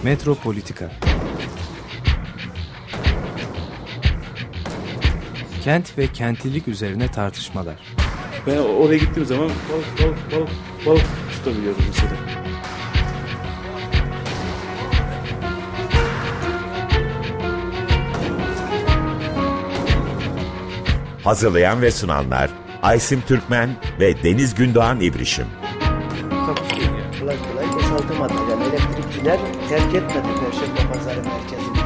Metropolitika. Kent ve kentlilik üzerine tartışmalar. Ben oraya gittiğim zaman balık tutabiliyorum mesela. Hazırlayan ve sunanlar Aysim Türkmen ve Deniz Gündoğan İbrişim. Kolay kolay boşaltamadı. Yani elektrikçiler terk etmedi Perşembe Pazarı merkezini.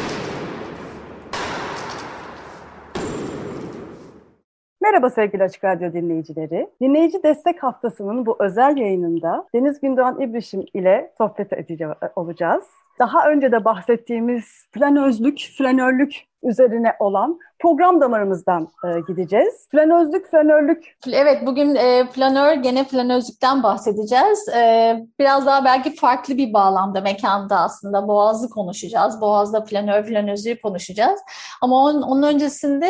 Merhaba sevgili Açık Radyo dinleyicileri. Dinleyici Destek Haftası'nın bu özel yayınında Deniz Gündoğan İbrişim ile sohbet olacağız. Daha önce de bahsettiğimiz flanözlük, flanörlük üzerine olan program damarımızdan gideceğiz. Flanözlük, flanörlük. Evet, bugün gene flanözlükten bahsedeceğiz. Biraz daha belki farklı bir bağlamda, mekanda aslında Boğaz'ı konuşacağız. Boğaz'da flanözlüğü konuşacağız. Ama onun öncesinde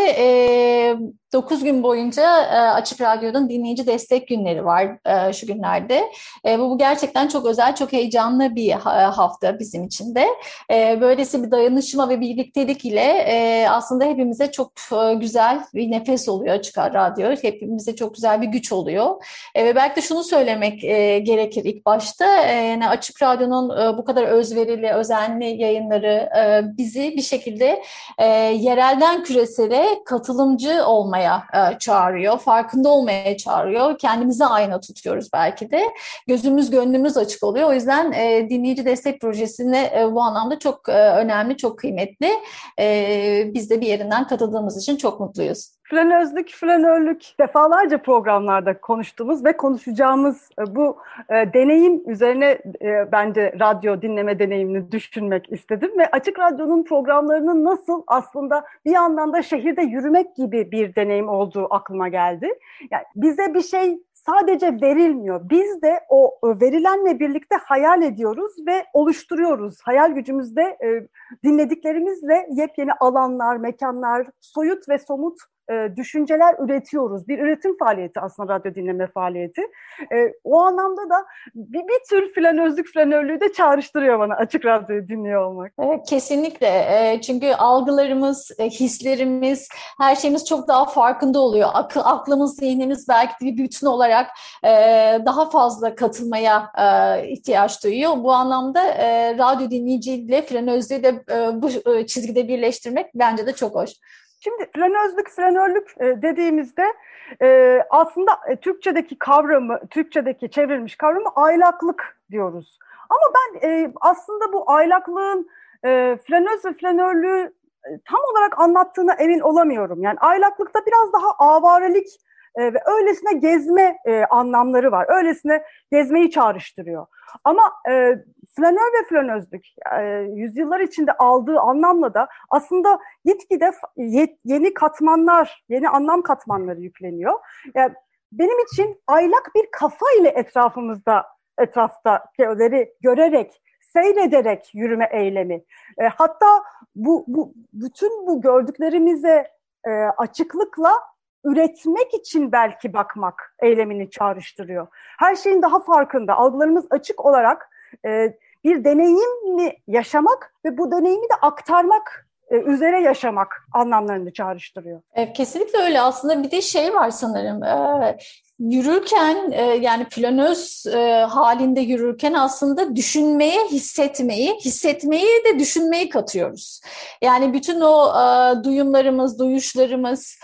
9 gün boyunca Açık Radyo'nun dinleyici destek günleri var şu günlerde. Bu gerçekten çok özel, çok heyecanlı bir hafta bizim için de. Böylesi bir dayanışma ve birliktelik ile aslında hepimize çok güzel bir nefes oluyor Açık Radyo. Hepimize çok güzel bir güç oluyor. Ve belki de şunu söylemek gerekir ilk başta. Yani Açık Radyo'nun bu kadar özverili, özenli yayınları bizi bir şekilde yerelden küresele katılımcı olmaya çağırıyor. Farkında olmaya çağırıyor. Kendimize ayna tutuyoruz belki de. Gözümüz, gönlümüz açık oluyor. O yüzden dinleyici destek projesine bu anlamda çok önemli, çok kıymetli. Biz de bir yerinden katıldığımız için çok mutluyuz. Flanözlük, flanörlük defalarca programlarda konuştuğumuz ve konuşacağımız bu deneyim üzerine bence radyo dinleme deneyimini düşünmek istedim. Ve Açık Radyo'nun programlarının nasıl aslında bir yandan da şehirde yürümek gibi bir deneyim olduğu aklıma geldi. Yani bize bir şey sadece verilmiyor. Biz de o verilenle birlikte hayal ediyoruz ve oluşturuyoruz. Hayal gücümüzde dinlediklerimizle yepyeni alanlar, mekanlar, soyut ve somut düşünceler üretiyoruz. Bir üretim faaliyeti aslında radyo dinleme faaliyeti. O anlamda da bir tür flanözlük, flanörlüğü de çağrıştırıyor bana Açık Radyo'yu dinliyor olmak. Evet, kesinlikle. Çünkü algılarımız, hislerimiz, her şeyimiz çok daha farkında oluyor. Aklımız, zihnimiz belki bir bütün olarak daha fazla katılmaya ihtiyaç duyuyor. Bu anlamda radyo dinleyiciyle flanözlüğü de bu çizgide birleştirmek bence de çok hoş. Şimdi flanözlük, flanörlük dediğimizde aslında Türkçedeki kavramı, Türkçedeki çevrilmiş kavramı aylaklık diyoruz. Ama ben aslında bu aylaklığın flanöz ve flanörlüğü tam olarak anlattığına emin olamıyorum. Yani aylaklıkta biraz daha avarelik ve öylesine gezme anlamları var. Öylesine gezmeyi çağrıştırıyor. Ama flanör ve flanözlük yüzyıllar içinde aldığı anlamla da aslında gitgide yeni katmanlar, yeni anlam katmanları yükleniyor. Yani benim için aylak bir kafa ile etraftakileri görerek, seyrederek yürüme eylemi. Hatta bütün bu gördüklerimize açıklıkla üretmek için belki bakmak eylemini çağrıştırıyor. Her şeyin daha farkında, algılarımız açık olarak bir deneyimi yaşamak ve bu deneyimi de aktarmak üzere yaşamak anlamlarını çağrıştırıyor. Kesinlikle öyle. Aslında bir de şey var sanırım. Yürürken yani flanöz halinde yürürken aslında düşünmeye, hissetmeyi de düşünmeyi katıyoruz. Yani bütün o duyumlarımız, duyuşlarımız,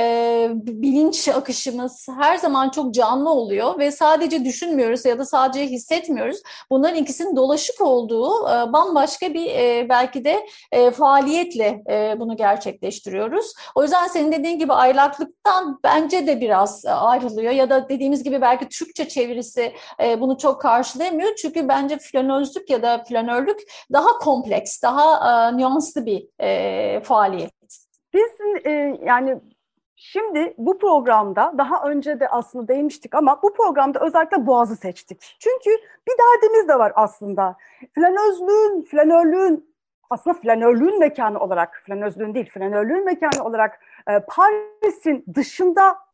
bilinç akışımız her zaman çok canlı oluyor ve sadece düşünmüyoruz ya da sadece hissetmiyoruz. Bunların ikisinin dolaşık olduğu bambaşka bir belki de faaliyetle bunu gerçekleştiriyoruz. O yüzden senin dediğin gibi aylaklıktan bence de biraz ayrılıyor. Ya da dediğimiz gibi belki Türkçe çevirisi bunu çok karşılayamıyor. Çünkü bence flanözlük ya da flanörlük daha kompleks, daha nüanslı bir faaliyet. Biz yani şimdi bu programda daha önce de aslında değinmiştik ama bu programda özellikle Boğaz'ı seçtik. Çünkü bir derdimiz de var aslında. Flanözlüğün, flanörlüğün aslında flanörlüğün mekanı olarak, flanözlüğün değil, flanörlüğün mekanı olarak Paris'in dışında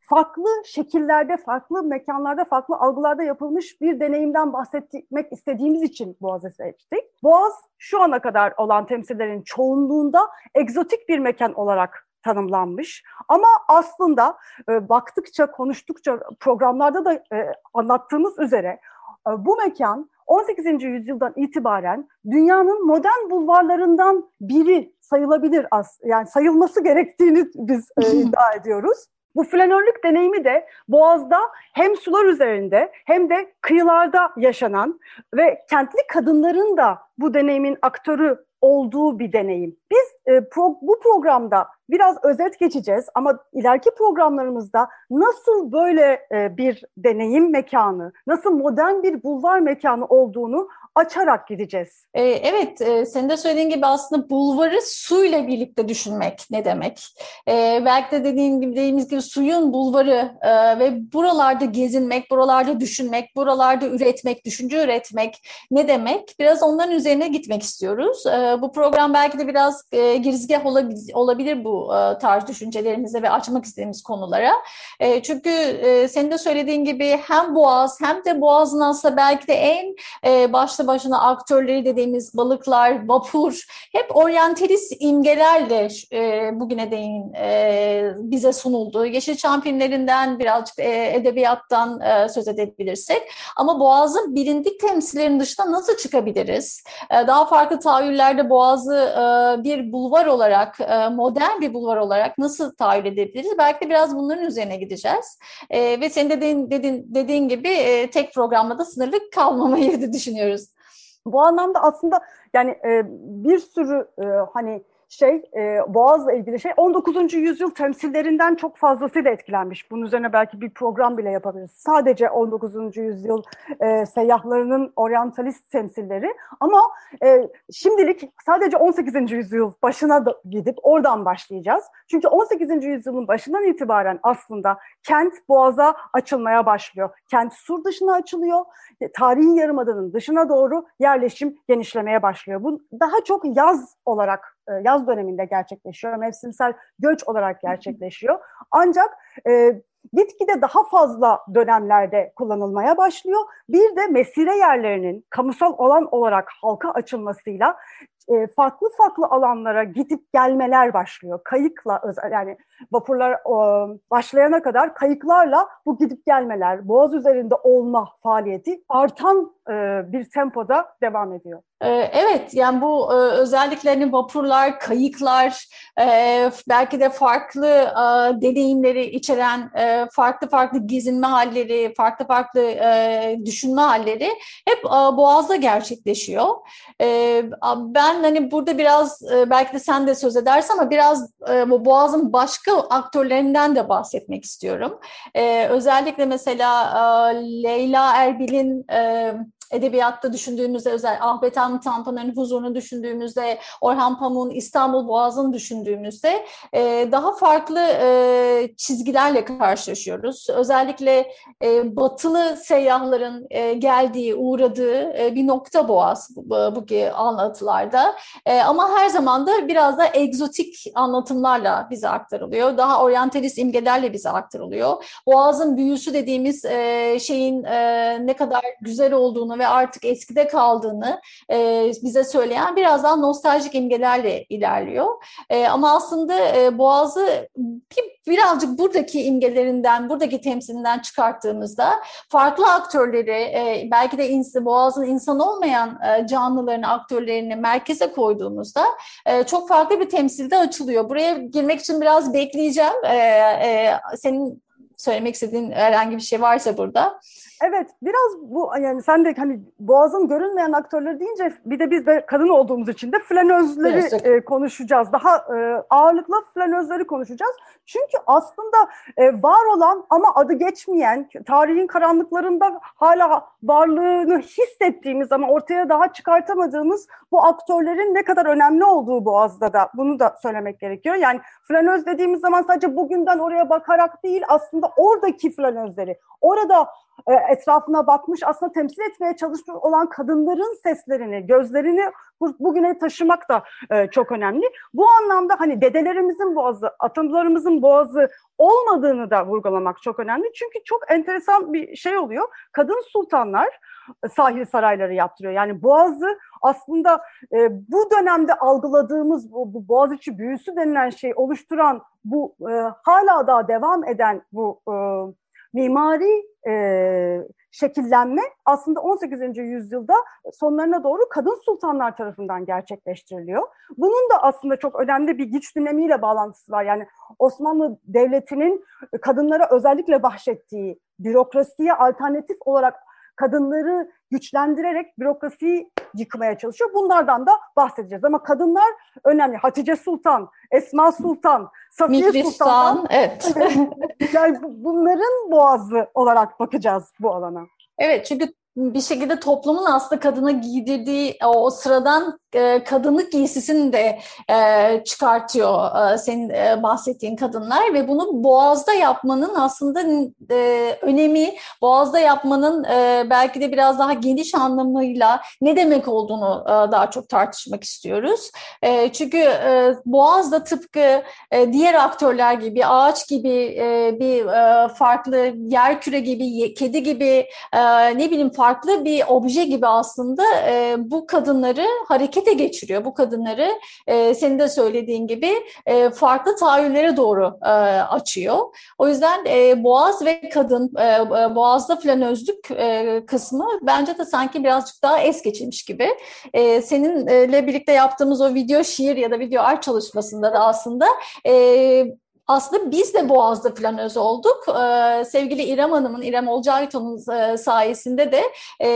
farklı şekillerde, farklı mekanlarda, farklı algılarda yapılmış bir deneyimden bahsetmek istediğimiz için Boğaz'ı seçtik. Boğaz şu ana kadar olan temsillerin çoğunluğunda egzotik bir mekan olarak tanımlanmış. Ama aslında baktıkça, konuştukça, programlarda da anlattığımız üzere bu mekan 18. yüzyıldan itibaren dünyanın modern bulvarlarından biri sayılabilir, yani sayılması gerektiğini biz iddia ediyoruz. Bu flanörlük deneyimi de Boğaz'da hem sular üzerinde hem de kıyılarda yaşanan ve kentli kadınların da bu deneyimin aktörü olduğu bir deneyim. Biz bu programda biraz özet geçeceğiz ama ileriki programlarımızda nasıl böyle bir deneyim mekanı, nasıl modern bir bulvar mekanı olduğunu açarak gideceğiz. Evet, senin de söylediğin gibi aslında bulvarı suyla birlikte düşünmek ne demek? Belki de dediğimiz gibi suyun bulvarı ve buralarda gezinmek, buralarda düşünmek, buralarda üretmek, düşünce üretmek ne demek? Biraz onların üzerine gitmek istiyoruz. Bu program belki de biraz girizgah olabilir bu tarz düşüncelerimize ve açmak istediğimiz konulara. Çünkü senin de söylediğin gibi hem Boğaz hem de Boğaz'ın aslında belki de en başına aktörleri dediğimiz balıklar, vapur, hep oryantalist imgelerle bugüne değin bize sunuldu. Yeşilçam filmlerinden, birazcık edebiyattan söz edebilirsek. Ama Boğaz'ın bilindik temsillerinin dışında nasıl çıkabiliriz? Daha farklı tahayyüllerde Boğaz'ı bir bulvar olarak, modern bir bulvar olarak nasıl tahayyül edebiliriz? Belki de biraz bunların üzerine gideceğiz. Ve senin dediğin gibi tek programda da sınırlı kalmamayı da düşünüyoruz. Bu anlamda aslında yani bir sürü Boğaz'la ilgili 19. yüzyıl temsillerinden çok fazlasıyla etkilenmiş. Bunun üzerine belki bir program bile yapabiliriz. Sadece 19. yüzyıl seyyahlarının oryantalist temsilleri ama şimdilik sadece 18. yüzyıl başına da gidip oradan başlayacağız. Çünkü 18. yüzyılın başından itibaren aslında kent Boğaz'a açılmaya başlıyor. Kent sur dışına açılıyor. Tarihi yarımadanın dışına doğru yerleşim genişlemeye başlıyor. Bu daha çok yaz döneminde gerçekleşiyor. Mevsimsel göç olarak gerçekleşiyor. Ancak gitgide daha fazla dönemlerde kullanılmaya başlıyor. Bir de mesire yerlerinin kamusal alan olarak halka açılmasıyla farklı farklı alanlara gidip gelmeler başlıyor. Kayıkla, yani vapurlar başlayana kadar kayıklarla bu gidip gelmeler, Boğaz üzerinde olma faaliyeti artan bir tempoda devam ediyor. Evet, yani bu özelliklerini vapurlar, kayıklar, belki de farklı deneyimleri içeren farklı gezinme halleri, farklı düşünme halleri hep Boğaz'da gerçekleşiyor. Ben hani burada biraz belki de sen de söz edersin ama biraz bu Boğaz'ın başka aktörlerinden de bahsetmek istiyorum. Özellikle mesela Leyla Erbil'in edebiyatta düşündüğümüzde, özellikle Ahmet Hamdi Tanpınar'ın Huzurunu düşündüğümüzde, Orhan Pamuk'un İstanbul Boğazı'nı düşündüğümüzde daha farklı çizgilerle karşılaşıyoruz. Özellikle batılı seyyahların geldiği, uğradığı bir nokta Boğaz bu anlatılarda. Ama her zaman da biraz da egzotik anlatımlarla bize aktarılıyor. Daha oryantalist imgelerle bize aktarılıyor. Boğaz'ın büyüsü dediğimiz şeyin ne kadar güzel olduğunu ve artık eskide kaldığını bize söyleyen biraz daha nostaljik imgelerle ilerliyor. Ama aslında Boğaz'ı birazcık buradaki imgelerinden, buradaki temsilinden çıkarttığımızda farklı aktörleri, belki de Boğaz'ın insan olmayan canlılarını, aktörlerini merkeze koyduğumuzda çok farklı bir temsilde açılıyor. Buraya girmek için biraz bekleyeceğim. Senin söylemek istediğin herhangi bir şey varsa burada. Evet, biraz bu, yani sen de hani Boğaz'ın görünmeyen aktörleri deyince bir de biz de kadın olduğumuz için de flanözleri konuşacağız. Daha ağırlıklı flanözleri konuşacağız. Çünkü aslında var olan ama adı geçmeyen, tarihin karanlıklarında hala varlığını hissettiğimiz ama ortaya daha çıkartamadığımız bu aktörlerin ne kadar önemli olduğu Boğaz'da da, bunu da söylemek gerekiyor. Yani flanöz dediğimiz zaman sadece bugünden oraya bakarak değil, aslında oradaki flanözleri, orada etrafına bakmış, aslında temsil etmeye çalışmış olan kadınların seslerini, gözlerini bugüne taşımak da çok önemli. Bu anlamda hani dedelerimizin boğazı, atalarımızın boğazı olmadığını da vurgulamak çok önemli. Çünkü çok enteresan bir şey oluyor. Kadın sultanlar sahil sarayları yaptırıyor. Yani boğazı aslında bu dönemde algıladığımız bu Boğaziçi büyüsü denilen şeyi oluşturan, bu hala daha devam eden bu mimari şekillenme aslında 18. yüzyılda sonlarına doğru kadın sultanlar tarafından gerçekleştiriliyor. Bunun da aslında çok önemli bir güç dinamiğiyle bağlantısı var. Yani Osmanlı Devleti'nin kadınlara özellikle bahşettiği, bürokrasiye alternatif olarak kadınları güçlendirerek bürokrasiyi yıkmaya çalışıyor. Bunlardan da bahsedeceğiz. Ama kadınlar önemli. Hatice Sultan, Esma Sultan, Safiye Sultan. Evet. Yani bunların boğazı olarak bakacağız bu alana. Evet, çünkü bir şekilde toplumun aslında kadına giydirdiği o sıradan kadınlık giysisini de çıkartıyor senin bahsettiğin kadınlar ve bunu boğazda yapmanın aslında önemi, boğazda yapmanın belki de biraz daha geniş anlamıyla ne demek olduğunu daha çok tartışmak istiyoruz. Çünkü boğazda tıpkı diğer aktörler gibi, ağaç gibi, bir farklı yerküre gibi, kedi gibi, ne bileyim farklı bir obje gibi aslında bu kadınları harekete geçiriyor. Bu kadınları senin de söylediğin gibi farklı tahayyüllere doğru açıyor. O yüzden boğaz ve kadın, boğazda flanözlük kısmı bence de sanki birazcık daha es geçilmiş gibi. Seninle birlikte yaptığımız o video şiir ya da video art çalışmasında da aslında biz de Boğaz'da flanöz olduk. Sevgili İrem Hanım'ın, İrem Olcayton'un sayesinde de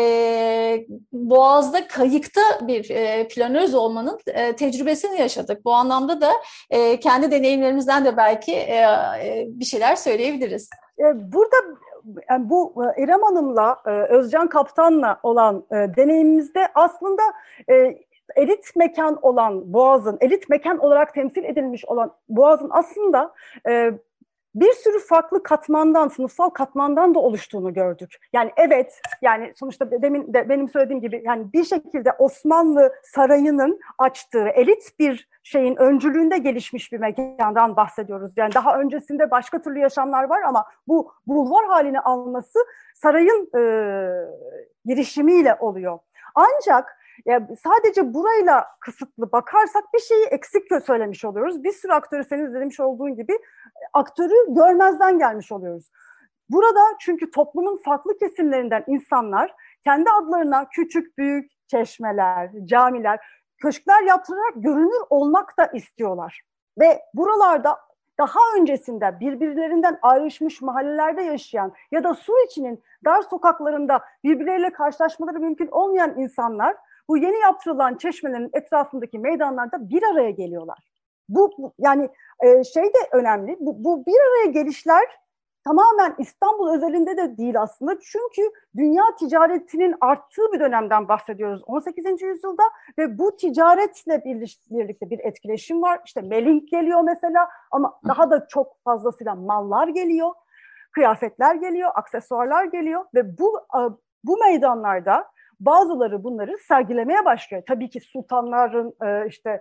Boğaz'da kayıkta bir flanöz olmanın tecrübesini yaşadık. Bu anlamda da kendi deneyimlerimizden de belki bir şeyler söyleyebiliriz. Burada yani bu İrem Hanım'la, Özcan Kaptan'la olan deneyimimizde aslında elit mekan olan Boğaz'ın, elit mekan olarak temsil edilmiş olan Boğaz'ın aslında bir sürü farklı katmandan, sınıfsal katmandan da oluştuğunu gördük. Yani evet, yani sonuçta demin de benim söylediğim gibi yani bir şekilde Osmanlı sarayının açtığı elit bir şeyin öncülüğünde gelişmiş bir mekandan bahsediyoruz. Yani daha öncesinde başka türlü yaşamlar var ama bu bulvar halini alması sarayın girişimiyle oluyor. Ancak sadece burayla kısıtlı bakarsak bir şeyi eksik söylemiş oluyoruz. Bir sürü aktörü senin demiş olduğun gibi aktörü görmezden gelmiş oluyoruz. Burada çünkü toplumun farklı kesimlerinden insanlar kendi adlarına küçük büyük çeşmeler, camiler, köşkler yaptırarak görünür olmak da istiyorlar. Ve buralarda daha öncesinde birbirlerinden ayrışmış mahallelerde yaşayan ya da Suriçi'nin dar sokaklarında birbirleriyle karşılaşmaları mümkün olmayan insanlar bu yeni yaptırılan çeşmelerin etrafındaki meydanlarda bir araya geliyorlar. Bu yani şey de önemli. Bu bir araya gelişler tamamen İstanbul özelinde de değil aslında. Çünkü dünya ticaretinin arttığı bir dönemden bahsediyoruz 18. yüzyılda ve bu ticaretle birlikte bir etkileşim var. İşte meling geliyor mesela ama daha da çok fazlasıyla mallar geliyor, kıyafetler geliyor, aksesuarlar geliyor ve bu meydanlarda bazıları bunları sergilemeye başlıyor. Tabii ki sultanların işte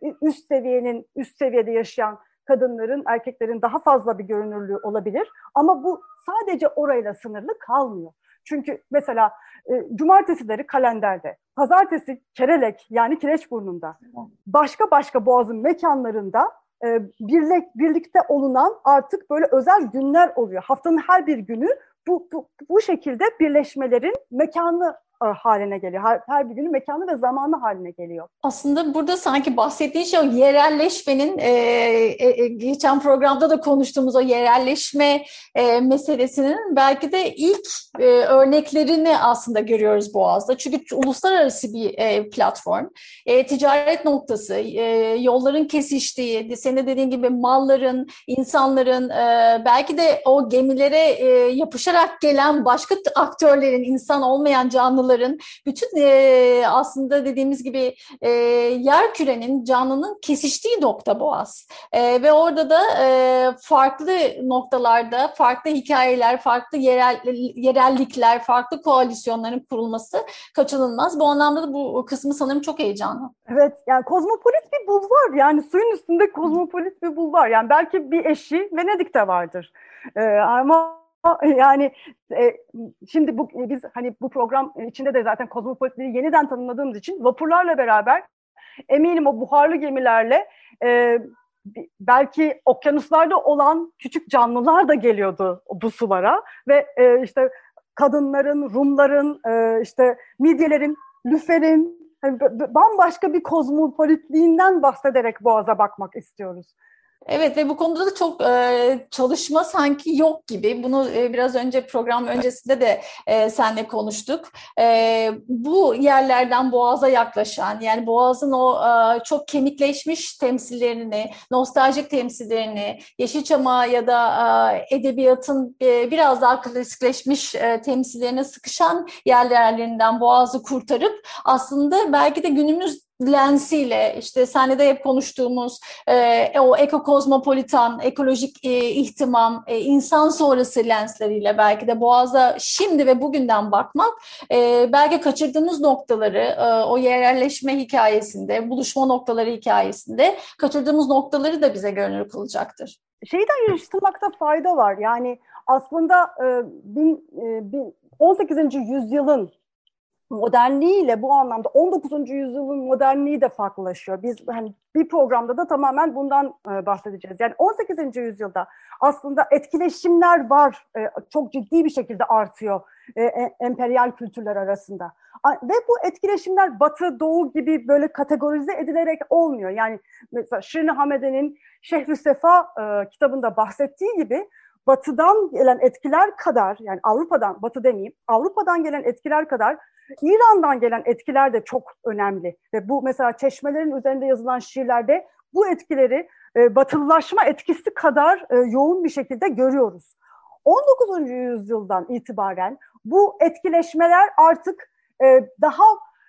üst seviyede yaşayan kadınların, erkeklerin daha fazla bir görünürlüğü olabilir. Ama bu sadece orayla sınırlı kalmıyor. Çünkü mesela cumartesileri Kalender'de, pazartesi Kerelek yani Kireçburnu'nda, başka Boğaz'ın mekanlarında birlikte olunan artık böyle özel günler oluyor. Haftanın her bir günü bu şekilde birleşmelerin mekanı haline geliyor. Her bir günün mekanı ve zamanı haline geliyor. Aslında burada sanki bahsettiğin şey o yerelleşmenin, geçen programda da konuştuğumuz o yerelleşme meselesinin belki de ilk örneklerini aslında görüyoruz Boğaz'da. Çünkü uluslararası bir platform, ticaret noktası, yolların kesiştiği, senin de dediğin gibi malların, insanların, belki de o gemilere yapışarak gelen başka aktörlerin, insan olmayan canlıların canlıların, bütün aslında dediğimiz gibi yer kürenin, canlının kesiştiği nokta Boğaz. Ve orada da farklı noktalarda, farklı hikayeler, farklı yerellikler, farklı koalisyonların kurulması kaçınılmaz. Bu anlamda da bu kısmı sanırım çok heyecanlı. Evet, yani kozmopolit bir bulvar, yani suyun üstünde kozmopolit bir bulvar. Yani belki bir eşi Venedik'te vardır. Ama yani şimdi biz hani bu program içinde de zaten kozmopolitliği yeniden tanımladığımız için vapurlarla beraber eminim o buharlı gemilerle belki okyanuslarda olan küçük canlılar da geliyordu bu sulara ve işte kadınların, Rumların, işte midyelerin, lüferin, yani bambaşka bir kozmopolitliğinden bahsederek Boğaz'a bakmak istiyoruz. Evet ve bu konuda da çok çalışma sanki yok gibi. Bunu biraz önce program öncesinde de seninle konuştuk. Bu yerlerden Boğaz'a yaklaşan, yani Boğaz'ın o çok kemikleşmiş temsillerini, nostaljik temsillerini, Yeşilçam'a ya da edebiyatın biraz daha klasikleşmiş temsillerine sıkışan yerlerinden Boğaz'ı kurtarıp aslında belki de günümüz lensiyle, işte seninle de hep konuştuğumuz o ekokozmopolitan, ekolojik ihtimam, insan sonrası lensleriyle belki de Boğaz'a şimdi ve bugünden bakmak belki kaçırdığımız noktaları, o yerelleşme hikayesinde, buluşma noktaları hikayesinde kaçırdığımız noktaları da bize görünür kılacaktır. Şeyden yarıştırmakta fayda var. Yani aslında 18. yüzyılın modernliğiyle bu anlamda 19. yüzyılın modernliği de farklılaşıyor. Biz hani bir programda da tamamen bundan bahsedeceğiz. Yani 18. yüzyılda aslında etkileşimler var. Çok ciddi bir şekilde artıyor emperyal kültürler arasında. Ve bu etkileşimler Batı, Doğu gibi böyle kategorize edilerek olmuyor. Yani mesela Şirin Hamede'nin Şehrü Sefa kitabında bahsettiği gibi Batı'dan gelen etkiler kadar, yani Avrupa'dan, Batı demeyeyim, Avrupa'dan gelen etkiler kadar İran'dan gelen etkiler de çok önemli. Ve bu mesela Çeşmelerin üzerinde yazılan şiirlerde bu etkileri batılılaşma etkisi kadar yoğun bir şekilde görüyoruz. 19. yüzyıldan itibaren bu etkileşmeler artık daha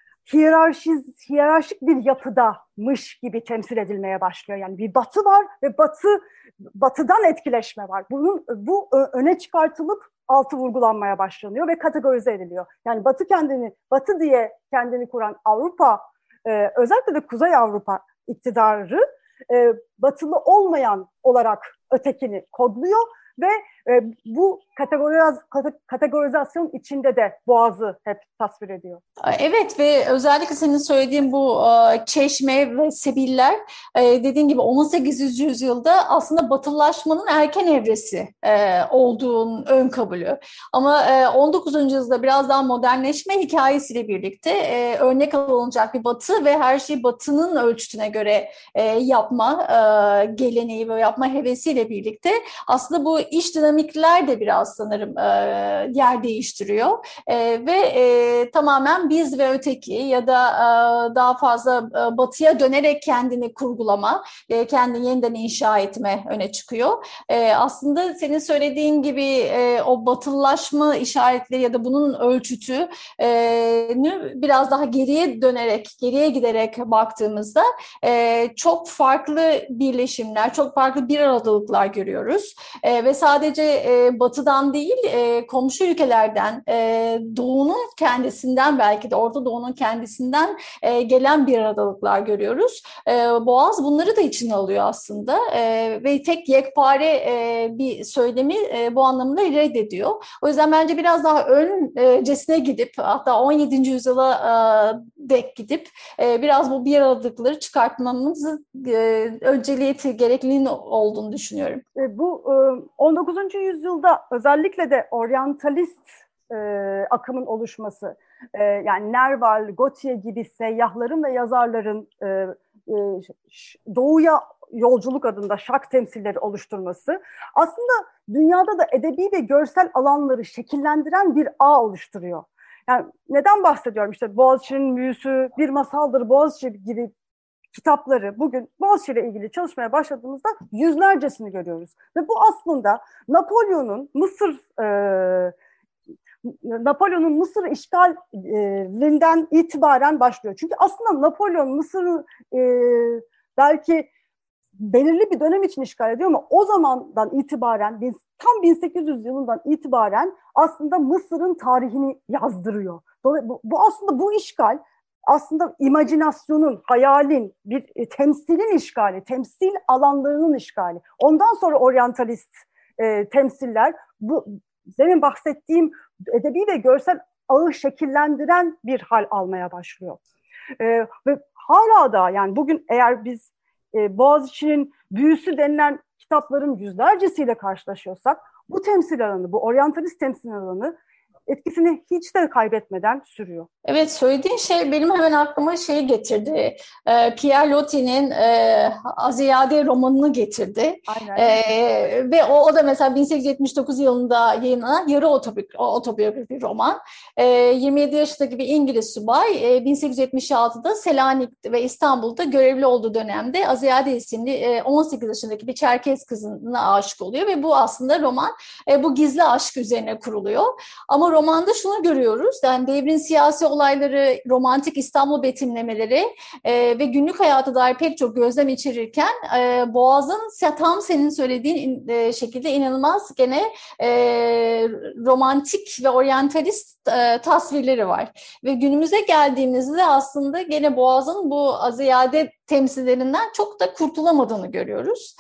hiyerarşik bir yapıdamış gibi temsil edilmeye başlıyor. Yani bir batı var ve batıdan etkileşme var. Bu öne çıkartılıp altı vurgulanmaya başlanıyor ve kategorize ediliyor. Yani batı diye kendini kuran Avrupa, özellikle de Kuzey Avrupa iktidarı batılı olmayan olarak ötekini kodluyor ve bu kategorizasyon içinde de Boğaz'ı hep tasvir ediyor. Evet ve özellikle senin söylediğin bu Çeşme ve Sebiller dediğin gibi 18. yüzyılda aslında batılılaşmanın erken evresi olduğunun ön kabulü. Ama 19. yüzyılda biraz daha modernleşme hikayesiyle birlikte örnek alınacak bir batı ve her şeyi batının ölçütüne göre yapma geleneği ve yapma hevesiyle birlikte aslında bu iç dinamikler de biraz sanırım yer değiştiriyor ve tamamen biz ve öteki ya da daha fazla batıya dönerek kendini kurgulama, kendini yeniden inşa etme öne çıkıyor. Aslında senin söylediğin gibi o batılılaşma işaretleri ya da bunun ölçütü biraz daha geriye dönerek, geriye giderek baktığımızda çok farklı birleşimler, çok farklı bir aradalıklar görüyoruz. Ve sadece batıdan değil, komşu ülkelerden, doğunun kendisinden belki de Orta Doğu'nun kendisinden gelen bir aradalıklar görüyoruz. Boğaz bunları da içine alıyor aslında ve tek yekpare bir söylemi bu anlamda reddediyor. O yüzden bence biraz daha öncesine gidip hatta 17. yüzyıla dek gidip biraz bu bir aradalıkları çıkartmamızın önceliyeti, gerekliliğinin olduğunu düşünüyorum. Bu 19. yüzyılda özellikle de oryantalist akımın oluşması, yani Nerval, Gautier gibi seyyahların ve yazarların doğuya yolculuk adında şark temsilleri oluşturması aslında dünyada da edebi ve görsel alanları şekillendiren bir ağ oluşturuyor. Yani neden bahsediyorum? İşte Boğaziçi'nin büyüsü, Bir Masaldır Boğaziçi gibi kitapları bugün Boğaziçi ile ilgili çalışmaya başladığımızda yüzlercesini görüyoruz. Ve bu aslında Napolyon'un Napolyon'un Mısır işgalinden itibaren başlıyor. Çünkü aslında Napolyon Mısır'ı belki belirli bir dönem için işgal ediyor ama o zamandan itibaren tam 1800 yılından itibaren aslında Mısır'ın tarihini yazdırıyor. Bu aslında bu işgal aslında imajinasyonun, hayalin, bir temsilin işgali, temsil alanlarının işgali. Ondan sonra oryantalist temsiller bu demin bahsettiğim edebi ve görsel ağı şekillendiren bir hal almaya başlıyor. Ve hala da yani bugün eğer biz Boğaziçi'nin büyüsü denilen kitapların yüzlercesiyle karşılaşıyorsak bu temsil alanı, bu oryantalist temsil alanı etkisini hiç de kaybetmeden sürüyor. Evet, söylediğin şey benim hemen aklıma şeyi getirdi. Pierre Loti'nin Aziyade romanını getirdi. Ve o da mesela 1879 yılında yayınlanan yarı otobiyografik roman. 27 yaşındaki bir İngiliz subay 1876'da Selanik ve İstanbul'da görevli olduğu dönemde Aziyade isimli 18 yaşındaki bir Çerkez kızına aşık oluyor ve bu aslında roman bu gizli aşk üzerine kuruluyor. Ama romanda şunu görüyoruz, yani devrin siyasi olayları, romantik İstanbul betimlemeleri ve günlük hayata dair pek çok gözlem içerirken Boğaz'ın tam senin söylediğin şekilde inanılmaz gene romantik ve oryantalist tasvirleri var. Ve günümüze geldiğimizde aslında gene Boğaz'ın bu Aziyade temsillerinden çok da kurtulamadığını görüyoruz.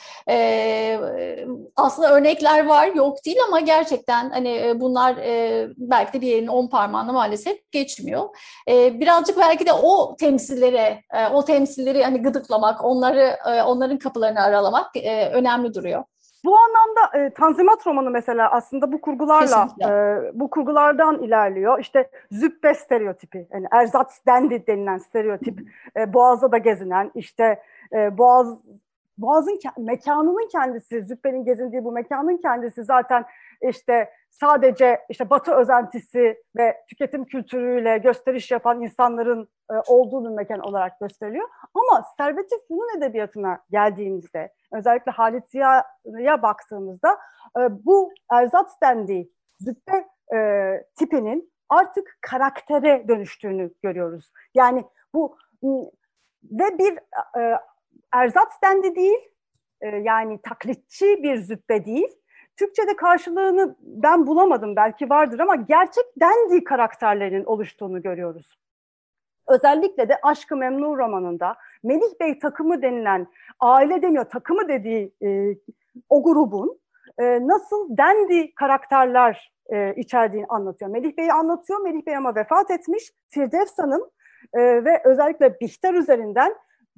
Aslında örnekler var, yok değil ama gerçekten hani bunlar belki de bir elin 10 parmağına maalesef geçmiyor. Birazcık belki de o temsilleri hani gıdıklamak, onların kapılarını aralamak önemli duruyor. Bu anlamda Tanzimat romanı mesela aslında bu kurgulardan ilerliyor. İşte züppe stereotipi, yani erzatz dandy denilen stereotip, Boğaz'da da gezinen, işte Boğaz'ın mekanının kendisi, züppenin gezindiği bu mekanın kendisi zaten işte sadece işte Batı özentisi ve tüketim kültürüyle gösteriş yapan insanların olduğu bir mekan olarak gösteriliyor. Ama Servet-i Fünun edebiyatına geldiğimizde, özellikle Halit Ziya'ya baktığımızda bu erzatz dendiği züppe tipinin artık karaktere dönüştüğünü görüyoruz. Yani bu ve bir erzatz dendi değil, yani taklitçi bir züppe değil. Türkçe'de karşılığını ben bulamadım, belki vardır ama gerçek dendi karakterlerinin oluştuğunu görüyoruz. Özellikle de Aşk-ı Memnu romanında Melih Bey takımı denilen, aile demiyor takımı dediği o grubun nasıl dendi karakterler içerdiğini anlatıyor. Melih Bey'i anlatıyor, Melih Bey ama vefat etmiş, Firdevs Hanım ve özellikle Bihter üzerinden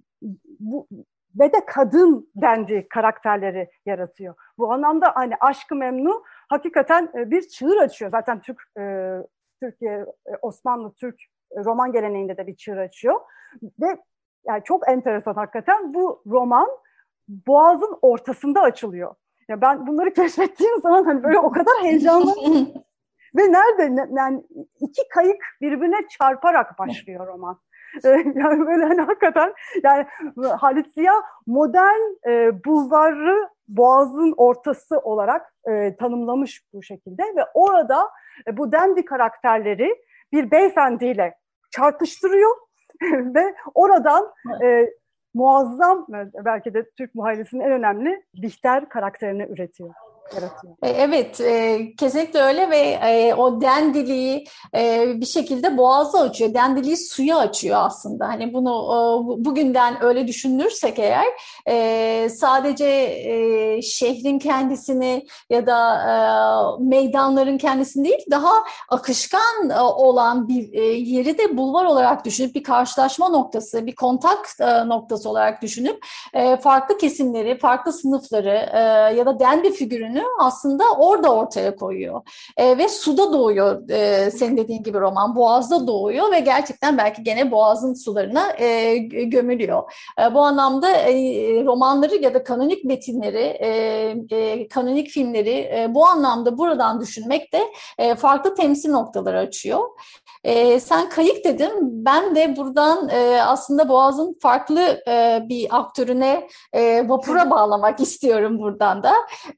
ve de kadın dendi karakterleri yaratıyor. Bu anlamda hani Aşk-ı Memnu hakikaten bir çığır açıyor. Zaten Türkiye, Osmanlı Türk roman geleneğinde de bir çığır açıyor. Ve yani çok enteresan hakikaten bu roman Boğaz'ın ortasında açılıyor. Yani ben bunları keşfettiğim zaman hani böyle o kadar heyecanlanıyorum. Ve nerede? Yani iki kayık birbirine çarparak başlıyor roman. Yani böyle hani hakikaten yani Halit Ziya modern bulvarı Boğaz'ın ortası olarak tanımlamış bu şekilde ve orada bu dendi karakterleri bir beyefendiyle çarpıştırıyor ve oradan muazzam, belki de Türk muhayyilesinin en önemli Bihter karakterini yaratıyor. Evet, kesinlikle öyle ve o dendiliği bir şekilde boğazı açıyor. Dendiliği suya açıyor aslında. Hani bunu bugünden öyle düşünürsek eğer sadece şehrin kendisini ya da meydanların kendisini değil, daha akışkan olan bir yeri de bulvar olarak düşünüp bir karşılaşma noktası, bir kontak noktası olarak düşünüp farklı kesimleri, farklı sınıfları ya da dendi figürünü aslında orada ortaya koyuyor. Ve suda doğuyor, senin dediğin gibi roman. Boğaz'da doğuyor ve gerçekten belki gene Boğaz'ın sularına gömülüyor. Bu anlamda romanları ya da kanonik metinleri, kanonik filmleri bu anlamda buradan düşünmek de farklı temsil noktaları açıyor. Sen kayık dedin. Ben de buradan aslında Boğaz'ın farklı bir aktörüne vapura bağlamak istiyorum buradan da.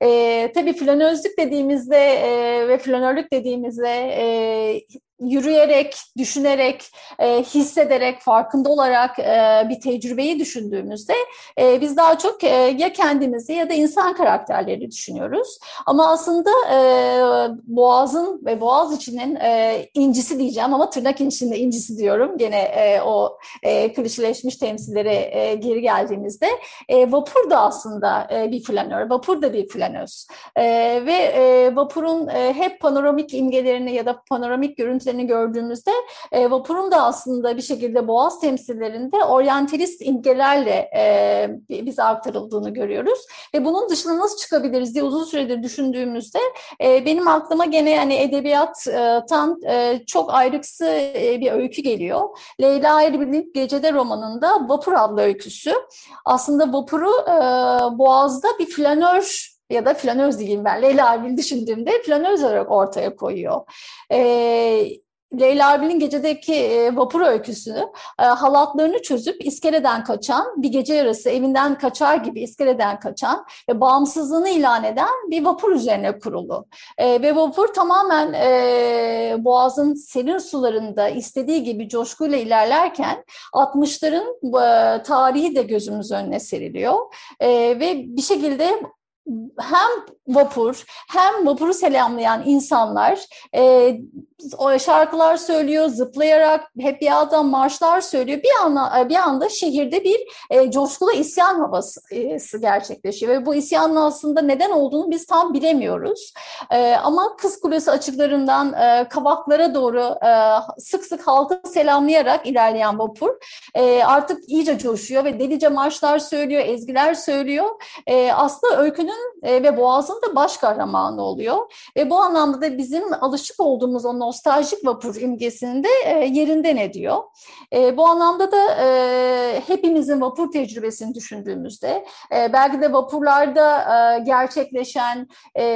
Tabii flanözlük dediğimizde ve flanörlük dediğimizde yürüyerek, düşünerek, hissederek, farkında olarak bir tecrübeyi düşündüğümüzde biz daha çok ya kendimizi ya da insan karakterleri düşünüyoruz. Ama aslında Boğaz'ın ve Boğaziçi'nin incisi diyeceğim ama tırnak içinde incisi diyorum. Gene o klişeleşmiş temsillere geri geldiğimizde vapur da aslında bir flanör, vapur da bir flanöz. Ve vapurun hep panoramik imgelerini ya da panoramik görüntülerini gördüğümüzde vapurun da aslında bir şekilde Boğaz temsillerinde oryantalist imgelerle bize aktarıldığını görüyoruz. Ve bunun dışına nasıl çıkabiliriz diye uzun süredir düşündüğümüzde benim aklıma gene yani edebiyattan çok ayrıksı bir öykü geliyor. Leyla Erbil'in Gecede romanında Vapur adlı öyküsü. Aslında vapuru Boğaz'da bir flanör ya da flanöz diyeyim ben. Leyla Erbil düşündüğümde flanöz olarak ortaya koyuyor. Leyla Erbil'in Gece'deki vapur öyküsünü halatlarını çözüp iskeleden kaçan, bir gece yarısı evinden kaçar gibi iskeleden kaçan ve bağımsızlığını ilan eden bir vapur üzerine kurulu. Ve vapur tamamen Boğaz'ın serin sularında istediği gibi coşkuyla ilerlerken 60'ların tarihi de gözümüz önüne seriliyor. Ve bir şekilde hem vapur hem vapuru selamlayan insanlar o şarkılar söylüyor, zıplayarak hep bir yandan marşlar söylüyor. Bir anda şehirde bir coşkulu isyan havası gerçekleşiyor ve bu isyanın aslında neden olduğunu biz tam bilemiyoruz. Ama Kız Kulesi açıklarından Kavaklara doğru sık sık halkı selamlayarak ilerleyen vapur artık iyice coşuyor ve delice marşlar söylüyor, ezgiler söylüyor. Aslında öykünün ve Boğaz'ın da baş kahramanı oluyor. Ve bu anlamda da bizim alışık olduğumuz o nostaljik vapur imgesini de yerinden ediyor. Bu anlamda da hepimizin vapur tecrübesini düşündüğümüzde belki de vapurlarda gerçekleşen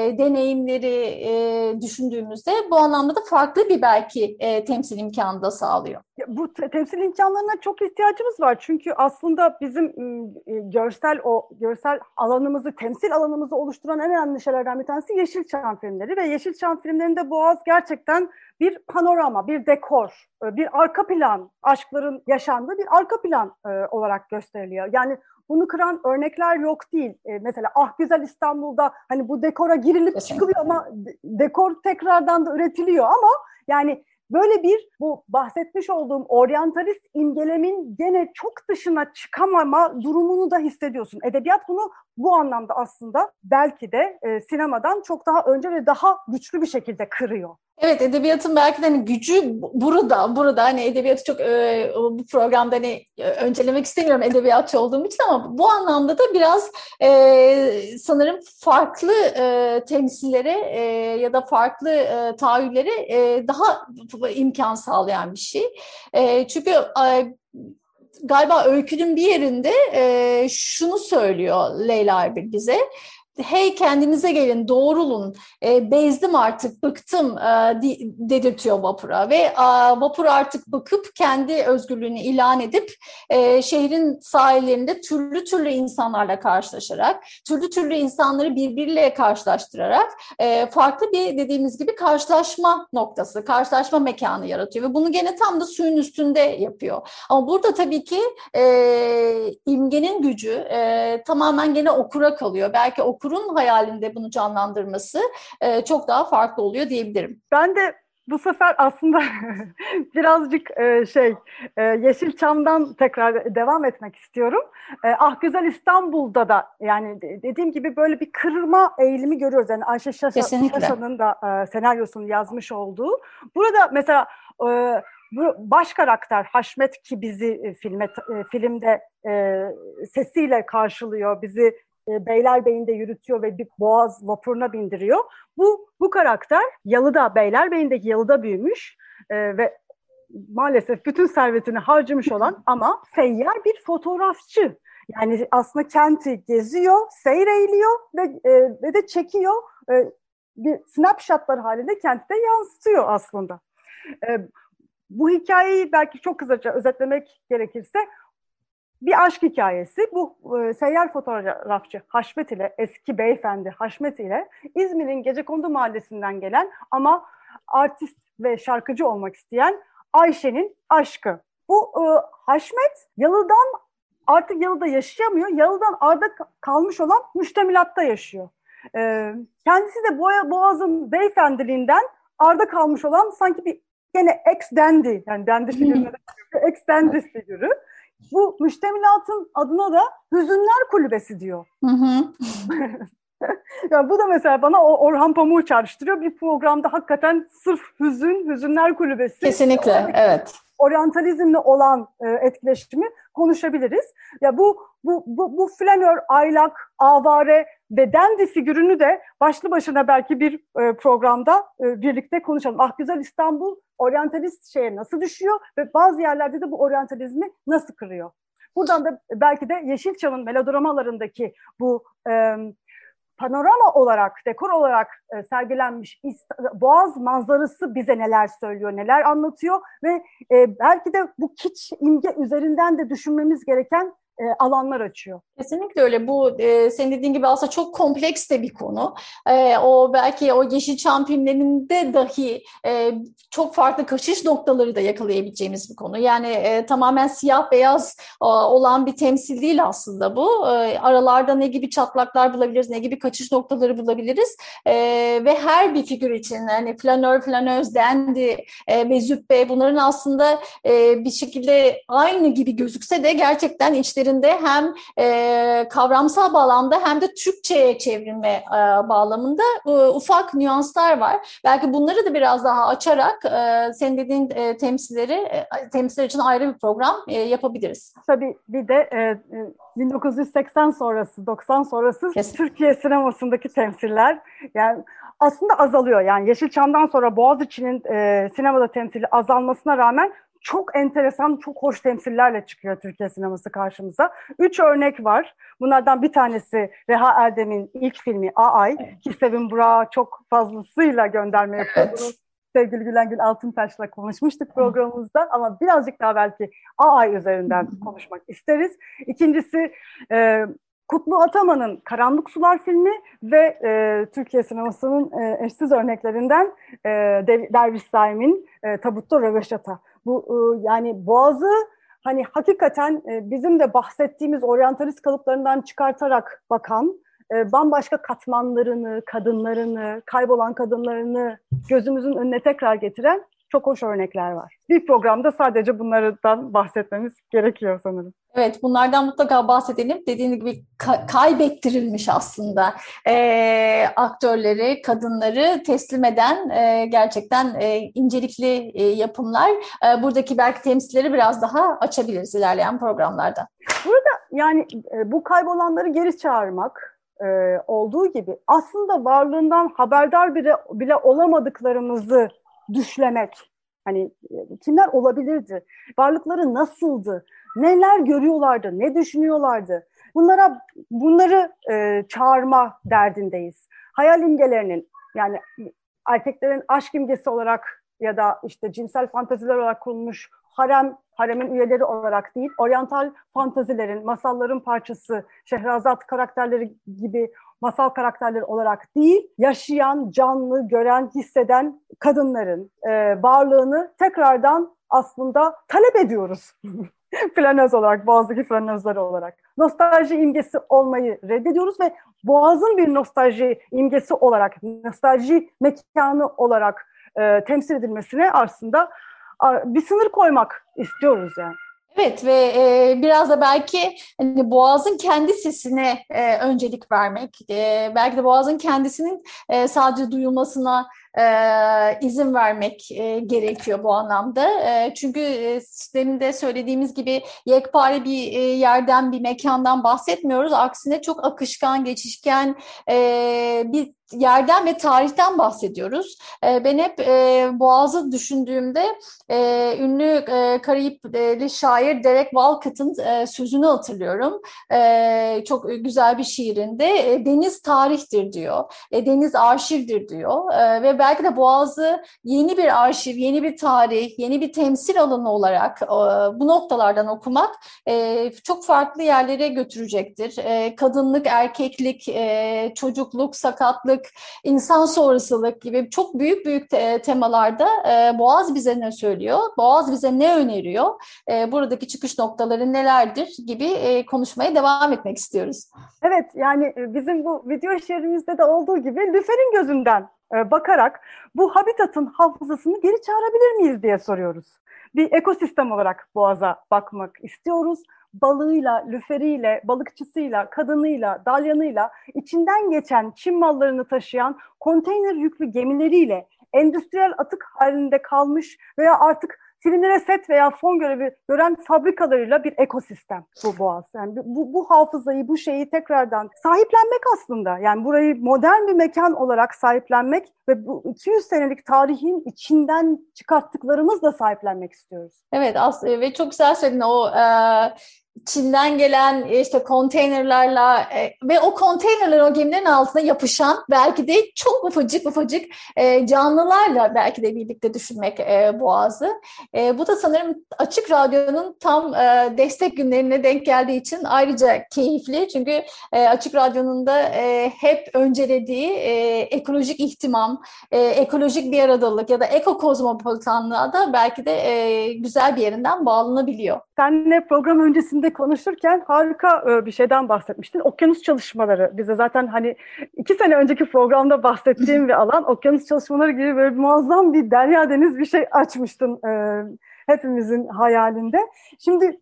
deneyimleri düşündüğümüzde bu anlamda da farklı bir belki temsil imkanı da sağlıyor. Bu temsil imkanlarına çok ihtiyacımız var. Çünkü aslında bizim görsel alanımızı, temsil alanımızı oluşturan en önemli şeylerden bir tanesi Yeşilçam filmleri ve Yeşilçam filmlerinde Boğaz gerçekten bir panorama, bir dekor, bir arka plan, aşkların yaşandığı bir arka plan olarak gösteriliyor. Yani bunu kıran örnekler yok değil. Mesela Ah Güzel İstanbul'da hani bu dekora girilip çıkılıyor ama dekor tekrardan da üretiliyor ama yani böyle bir bu bahsetmiş olduğum oryantalist imgelemin gene çok dışına çıkamama durumunu da hissediyorsun. Edebiyat bunu bu anlamda aslında belki de sinemadan çok daha önce ve daha güçlü bir şekilde kırıyor. Evet, edebiyatın belki de hani gücü burada hani edebiyatı çok bu programda hani öncelemek istemiyorum edebiyatçı olduğum için ama bu anlamda da biraz sanırım farklı temsillere ya da farklı tahayyüllere daha imkan sağlayan bir şey. Çünkü galiba öykünün bir yerinde şunu söylüyor Leyla Erbil bize. Hey kendinize gelin, doğrulun, bezdim artık, bıktım dedirtiyor vapura ve vapur artık bıkıp kendi özgürlüğünü ilan edip şehrin sahillerinde türlü türlü insanlarla karşılaşarak, türlü türlü insanları birbiriyle karşılaştırarak farklı bir dediğimiz gibi karşılaşma noktası, karşılaşma mekanı yaratıyor ve bunu gene tam da suyun üstünde yapıyor. Ama burada tabii ki imgenin gücü tamamen gene okura kalıyor. Belki okurun hayalinde bunu canlandırması çok daha farklı oluyor diyebilirim. Ben de bu sefer aslında birazcık Yeşilçam'dan tekrar devam etmek istiyorum. Ah Güzel İstanbul'da da yani dediğim gibi böyle bir kırılma eğilimi görüyoruz. Yani Ayşe Şaşa'nın da senaryosunu yazmış olduğu. Burada mesela bu baş karakter Haşmet ki bizi filmde sesiyle karşılıyor, bizi Beylerbeyi'nde yürütüyor ve bir Boğaz vapuruna bindiriyor. Bu karakter Beylerbeyi'ndeki yalıda büyümüş ve maalesef bütün servetini harcamış olan ama seyyar bir fotoğrafçı. Yani aslında kenti geziyor, seyrediyor ve de çekiyor. Bir snapshotlar halinde kentte yansıtıyor aslında. Bu hikayeyi belki çok kısaca özetlemek gerekirse bir aşk hikayesi. Bu seyyar fotoğrafçı Haşmet ile, eski beyefendi Haşmet ile İzmir'in Gecekondu Mahallesi'nden gelen ama artist ve şarkıcı olmak isteyen Ayşe'nin aşkı. Bu Haşmet artık Yalı'da yaşayamıyor. Yalı'dan arda kalmış olan müştemilatta yaşıyor. Kendisi de Boğaz'ın beyefendiliğinden arda kalmış olan sanki bir gene ex-dandy, yani dandy figürüne ex-dandy figürü. Bu müştemilatın adına da Hüzünler Kulübesi diyor. Yani bu da mesela bana Orhan Pamuk'u çağrıştırıyor. Bir programda hakikaten sırf Hüzünler Kulübesi. Kesinlikle, evet. Oryantalizmle olan etkileşimi konuşabiliriz. Ya bu flanör, aylak, avare ve dandy figürünü de başlı başına belki bir programda birlikte konuşalım. Ah Güzel İstanbul oryantalist şeye nasıl düşüyor ve bazı yerlerde de bu oryantalizmi nasıl kırıyor? Buradan da belki de Yeşilçam'ın melodramalarındaki bu panorama olarak, dekor olarak sergilenmiş Boğaz manzarası bize neler söylüyor, neler anlatıyor ve belki de bu kiç imge üzerinden de düşünmemiz gereken alanlar açıyor. Kesinlikle öyle. Bu senin dediğin gibi aslında çok kompleks de bir konu. O belki o Yeşilçam filmlerinde dahi çok farklı kaçış noktaları da yakalayabileceğimiz bir konu. Yani tamamen siyah beyaz olan bir temsil değil aslında bu. Aralarda ne gibi çatlaklar bulabiliriz, ne gibi kaçış noktaları bulabiliriz ve her bir figür için hani flanör, flanöz, dandy ve züppe bunların aslında bir şekilde aynı gibi gözükse de gerçekten içlerinde hem kavramsal bağlamda hem de Türkçe'ye çevrilme bağlamında ufak nüanslar var. Belki bunları da biraz daha açarak senin dediğin temsiller için ayrı bir program yapabiliriz. Tabii bir de 1980 sonrası, 90 sonrası kesin. Türkiye sinemasındaki temsiller yani aslında azalıyor. Yani Yeşilçam'dan sonra Boğaziçi'nin sinemada temsili azalmasına rağmen çok enteresan, çok hoş temsillerle çıkıyor Türkiye sineması karşımıza. 3 örnek var. Bunlardan bir tanesi Reha Erdem'in ilk filmi Ağay. Ki Sevim Burak'a çok fazlasıyla gönderme yapıyor. Evet. Bunu sevgili Gülengül Altıntaş'la konuşmuştuk programımızda ama birazcık daha belki Ağay üzerinden konuşmak isteriz. İkincisi Kutlu Ataman'ın Karanlık Sular filmi ve Türkiye sinemasının eşsiz örneklerinden Derviş Saim'in Tabutta Röveşata. Bu yani Boğaz'ı hani hakikaten bizim de bahsettiğimiz oryantalist kalıplarından çıkartarak bakan, bambaşka katmanlarını, kadınlarını, kaybolan kadınlarını gözümüzün önüne tekrar getiren çok hoş örnekler var. Bir programda sadece bunlardan bahsetmemiz gerekiyor sanırım. Evet, bunlardan mutlaka bahsedelim. Dediğim gibi kaybettirilmiş aslında aktörleri, kadınları teslim eden gerçekten incelikli yapımlar. Buradaki belki temsilleri biraz daha açabiliriz ilerleyen programlarda. Burada yani bu kaybolanları geri çağırmak olduğu gibi aslında varlığından haberdar bile olamadıkları düşlemek. Hani kimler olabilirdi? Varlıkları nasıldı? Neler görüyorlardı? Ne düşünüyorlardı? Bunları çağırma derdindeyiz. Hayal imgelerinin yani erkeklerin aşk imgesi olarak ya da işte cinsel fanteziler olarak kurulmuş haremin üyeleri olarak değil, oryantal fantazilerin, masalların parçası, Şehrazat karakterleri gibi masal karakterleri olarak değil, yaşayan, canlı, gören, hisseden kadınların varlığını tekrardan aslında talep ediyoruz. Flanöz olarak, Boğaz'daki flanözler olarak. Nostalji imgesi olmayı reddediyoruz ve Boğaz'ın bir nostalji imgesi olarak, nostalji mekanı olarak temsil edilmesine aslında bir sınır koymak istiyoruz yani. Evet ve biraz da belki hani Boğaz'ın kendi sesine öncelik vermek, belki de Boğaz'ın kendisinin sadece duyulmasına izin vermek gerekiyor bu anlamda. Çünkü demin de söylediğimiz gibi yekpare bir yerden, bir mekandan bahsetmiyoruz. Aksine çok akışkan, geçişken bir yerden ve tarihten bahsediyoruz. Ben hep Boğaz'ı düşündüğümde ünlü Karayipli şair Derek Walcott'ın sözünü hatırlıyorum. Çok güzel bir şiirinde deniz tarihtir diyor, deniz arşivdir diyor ve belki de Boğaz'ı yeni bir arşiv, yeni bir tarih, yeni bir temsil alanı olarak bu noktalardan okumak çok farklı yerlere götürecektir. Kadınlık, erkeklik, çocukluk, sakatlık, insan sonrasılık gibi çok büyük temalarda Boğaz bize ne söylüyor, Boğaz bize ne öneriyor, buradaki çıkış noktaları nelerdir gibi konuşmaya devam etmek istiyoruz. Evet, yani bizim bu video şerimizde de olduğu gibi Lüfer'in gözünden bakarak bu habitatın hafızasını geri çağırabilir miyiz diye soruyoruz. Bir ekosistem olarak Boğaz'a bakmak istiyoruz. Balığıyla, lüferiyle, balıkçısıyla, kadınıyla, dalyanıyla, içinden geçen Çin mallarını taşıyan konteyner yüklü gemileriyle, endüstriyel atık halinde kalmış veya artık silinire set veya fon görevi gören fabrikalarıyla bir ekosistem bu Boğaz. Yani bu hafızayı, bu şeyi tekrardan sahiplenmek aslında. Yani burayı modern bir mekan olarak sahiplenmek ve bu 200 senelik tarihin içinden çıkarttıklarımızla sahiplenmek istiyoruz. Evet, ve çok güzel söyledin o Çin'den gelen işte konteynerlerle ve o konteynerlerin, o gemilerin altına yapışan belki de çok ufacık canlılarla belki de birlikte düşünmek Boğaz'ı. Bu da sanırım Açık Radyo'nun tam destek günlerine denk geldiği için ayrıca keyifli. Çünkü Açık Radyo'nun da hep öncelediği ekolojik ihtimam, ekolojik bir aradalık ya da ekokozmopolitanlığa da belki de güzel bir yerinden bağlanabiliyor. Seninle program öncesinde konuşurken harika bir şeyden bahsetmiştin. Okyanus çalışmaları. Bize zaten hani 2 sene önceki programda bahsettiğim bir alan. Okyanus çalışmaları gibi böyle muazzam bir derya deniz bir şey açmıştın hepimizin hayalinde. Şimdi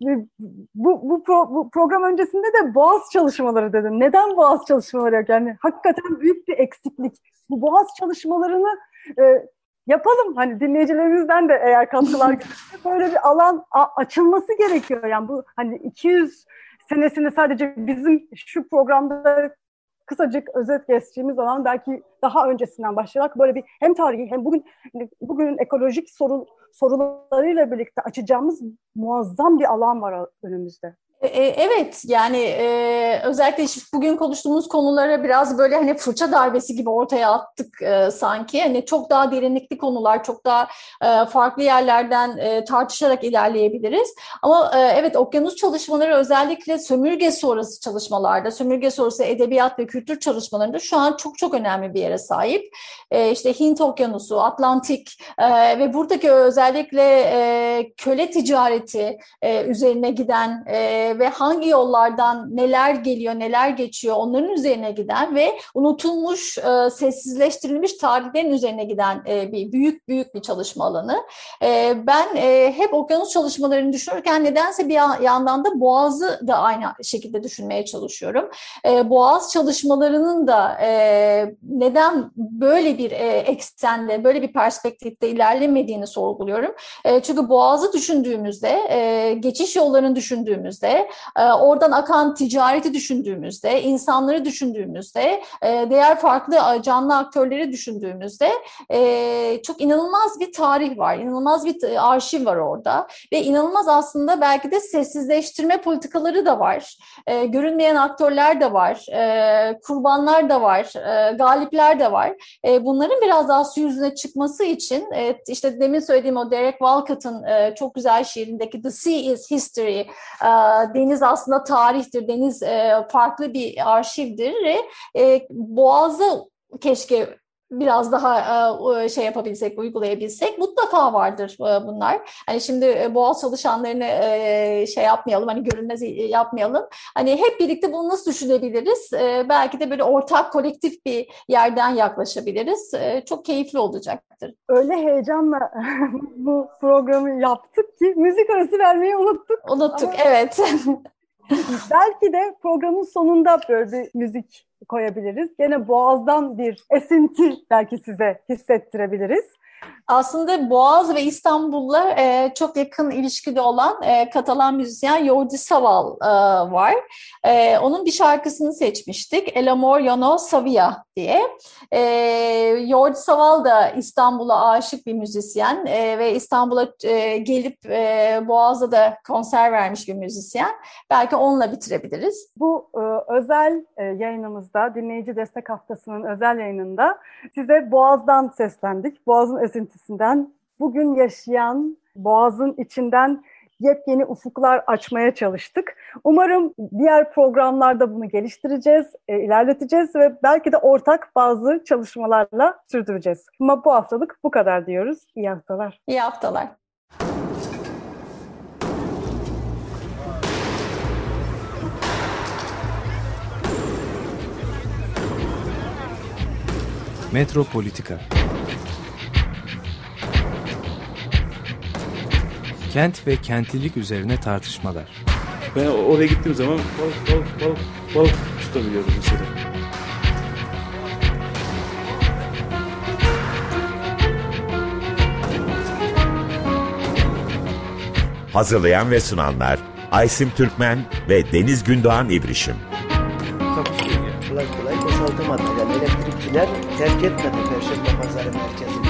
bu program öncesinde de Boğaz çalışmaları dedin. Neden Boğaz çalışmaları yok? Yani hakikaten büyük bir eksiklik. Bu Boğaz çalışmalarını yapalım. Hani dinleyicilerimizden de eğer katkılar gelirse böyle bir alan açılması gerekiyor. Yani bu hani 200 senesini sadece bizim şu programda kısacık özet geçtiğimiz alan belki daha öncesinden başlayarak böyle bir hem tarihi hem bugünün ekolojik sorularıyla birlikte açacağımız muazzam bir alan var önümüzde. Evet, yani özellikle bugün konuştuğumuz konulara biraz böyle hani fırça darbesi gibi ortaya attık sanki. Hani çok daha derinlikli konular, çok daha farklı yerlerden tartışarak ilerleyebiliriz. Ama evet, okyanus çalışmaları özellikle sömürge sonrası çalışmalarda, sömürge sonrası edebiyat ve kültür çalışmalarında şu an çok önemli bir yere sahip. İşte Hint Okyanusu, Atlantik ve buradaki özellikle köle ticareti üzerine giden ve hangi yollardan neler geliyor, neler geçiyor onların üzerine giden ve unutulmuş, sessizleştirilmiş tarihlerin üzerine giden bir büyük bir çalışma alanı. Ben hep okyanus çalışmalarını düşünürken nedense bir yandan da Boğaz'ı da aynı şekilde düşünmeye çalışıyorum. Boğaz çalışmalarının da neden böyle bir eksende, böyle bir perspektifte ilerlemediğini sorguluyorum. Çünkü Boğaz'ı düşündüğümüzde, geçiş yollarını düşündüğümüzde, oradan akan ticareti düşündüğümüzde, insanları düşündüğümüzde, diğer farklı canlı aktörleri düşündüğümüzde çok inanılmaz bir tarih var, inanılmaz bir arşiv var orada ve inanılmaz aslında belki de sessizleştirme politikaları da var, görünmeyen aktörler de var, kurbanlar da var, galipler de var. Bunların biraz daha su yüzüne çıkması için işte demin söylediğim o Derek Walcott'ın çok güzel şiirindeki The Sea is History, deniz aslında tarihtir, deniz farklı bir arşivdir ve Boğaz'ı keşke biraz daha şey yapabilsek, uygulayabilsek. Mutlaka vardır bunlar. Hani şimdi Boğaz çalışanlarını şey yapmayalım, hani görünmez yapmayalım. Hani hep birlikte bunu nasıl düşünebiliriz? Belki de böyle ortak, kolektif bir yerden yaklaşabiliriz. Çok keyifli olacaktır. Öyle heyecanla bu programı yaptık ki müzik arası vermeyi unuttuk. Unuttuk, evet. Belki de programın sonunda böyle bir müzik koyabiliriz. Gene Boğaz'dan bir esinti belki size hissettirebiliriz. Aslında Boğaz ve İstanbul'la çok yakın ilişkide olan Katalan müzisyen Jordi Savall var. Onun bir şarkısını seçmiştik. El amor yo no sabía diye. Jordi Savall da İstanbul'a aşık bir müzisyen ve İstanbul'a gelip Boğaz'da da konser vermiş bir müzisyen. Belki onunla bitirebiliriz. Bu özel yayınımızda programımızda Dinleyici Destek Haftası'nın özel yayınında size Boğaz'dan seslendik. Boğaz'ın esintisinden bugün yaşayan Boğaz'ın içinden yepyeni ufuklar açmaya çalıştık. Umarım diğer programlarda bunu geliştireceğiz, ilerleteceğiz ve belki de ortak bazı çalışmalarla sürdüreceğiz. Ama bu haftalık bu kadar diyoruz. İyi haftalar. İyi haftalar. Metropolitika. Kent ve kentlilik üzerine tartışmalar. Ben oraya gittiğim zaman balık tutabiliyordum mesela. Hazırlayan ve sunanlar Aysim Türkmen ve Deniz Gündoğan İbrişim. Kolay kolay boşaltamadı. Yani elektrikçiler terk etmedi Perşembe Pazarı merkezini.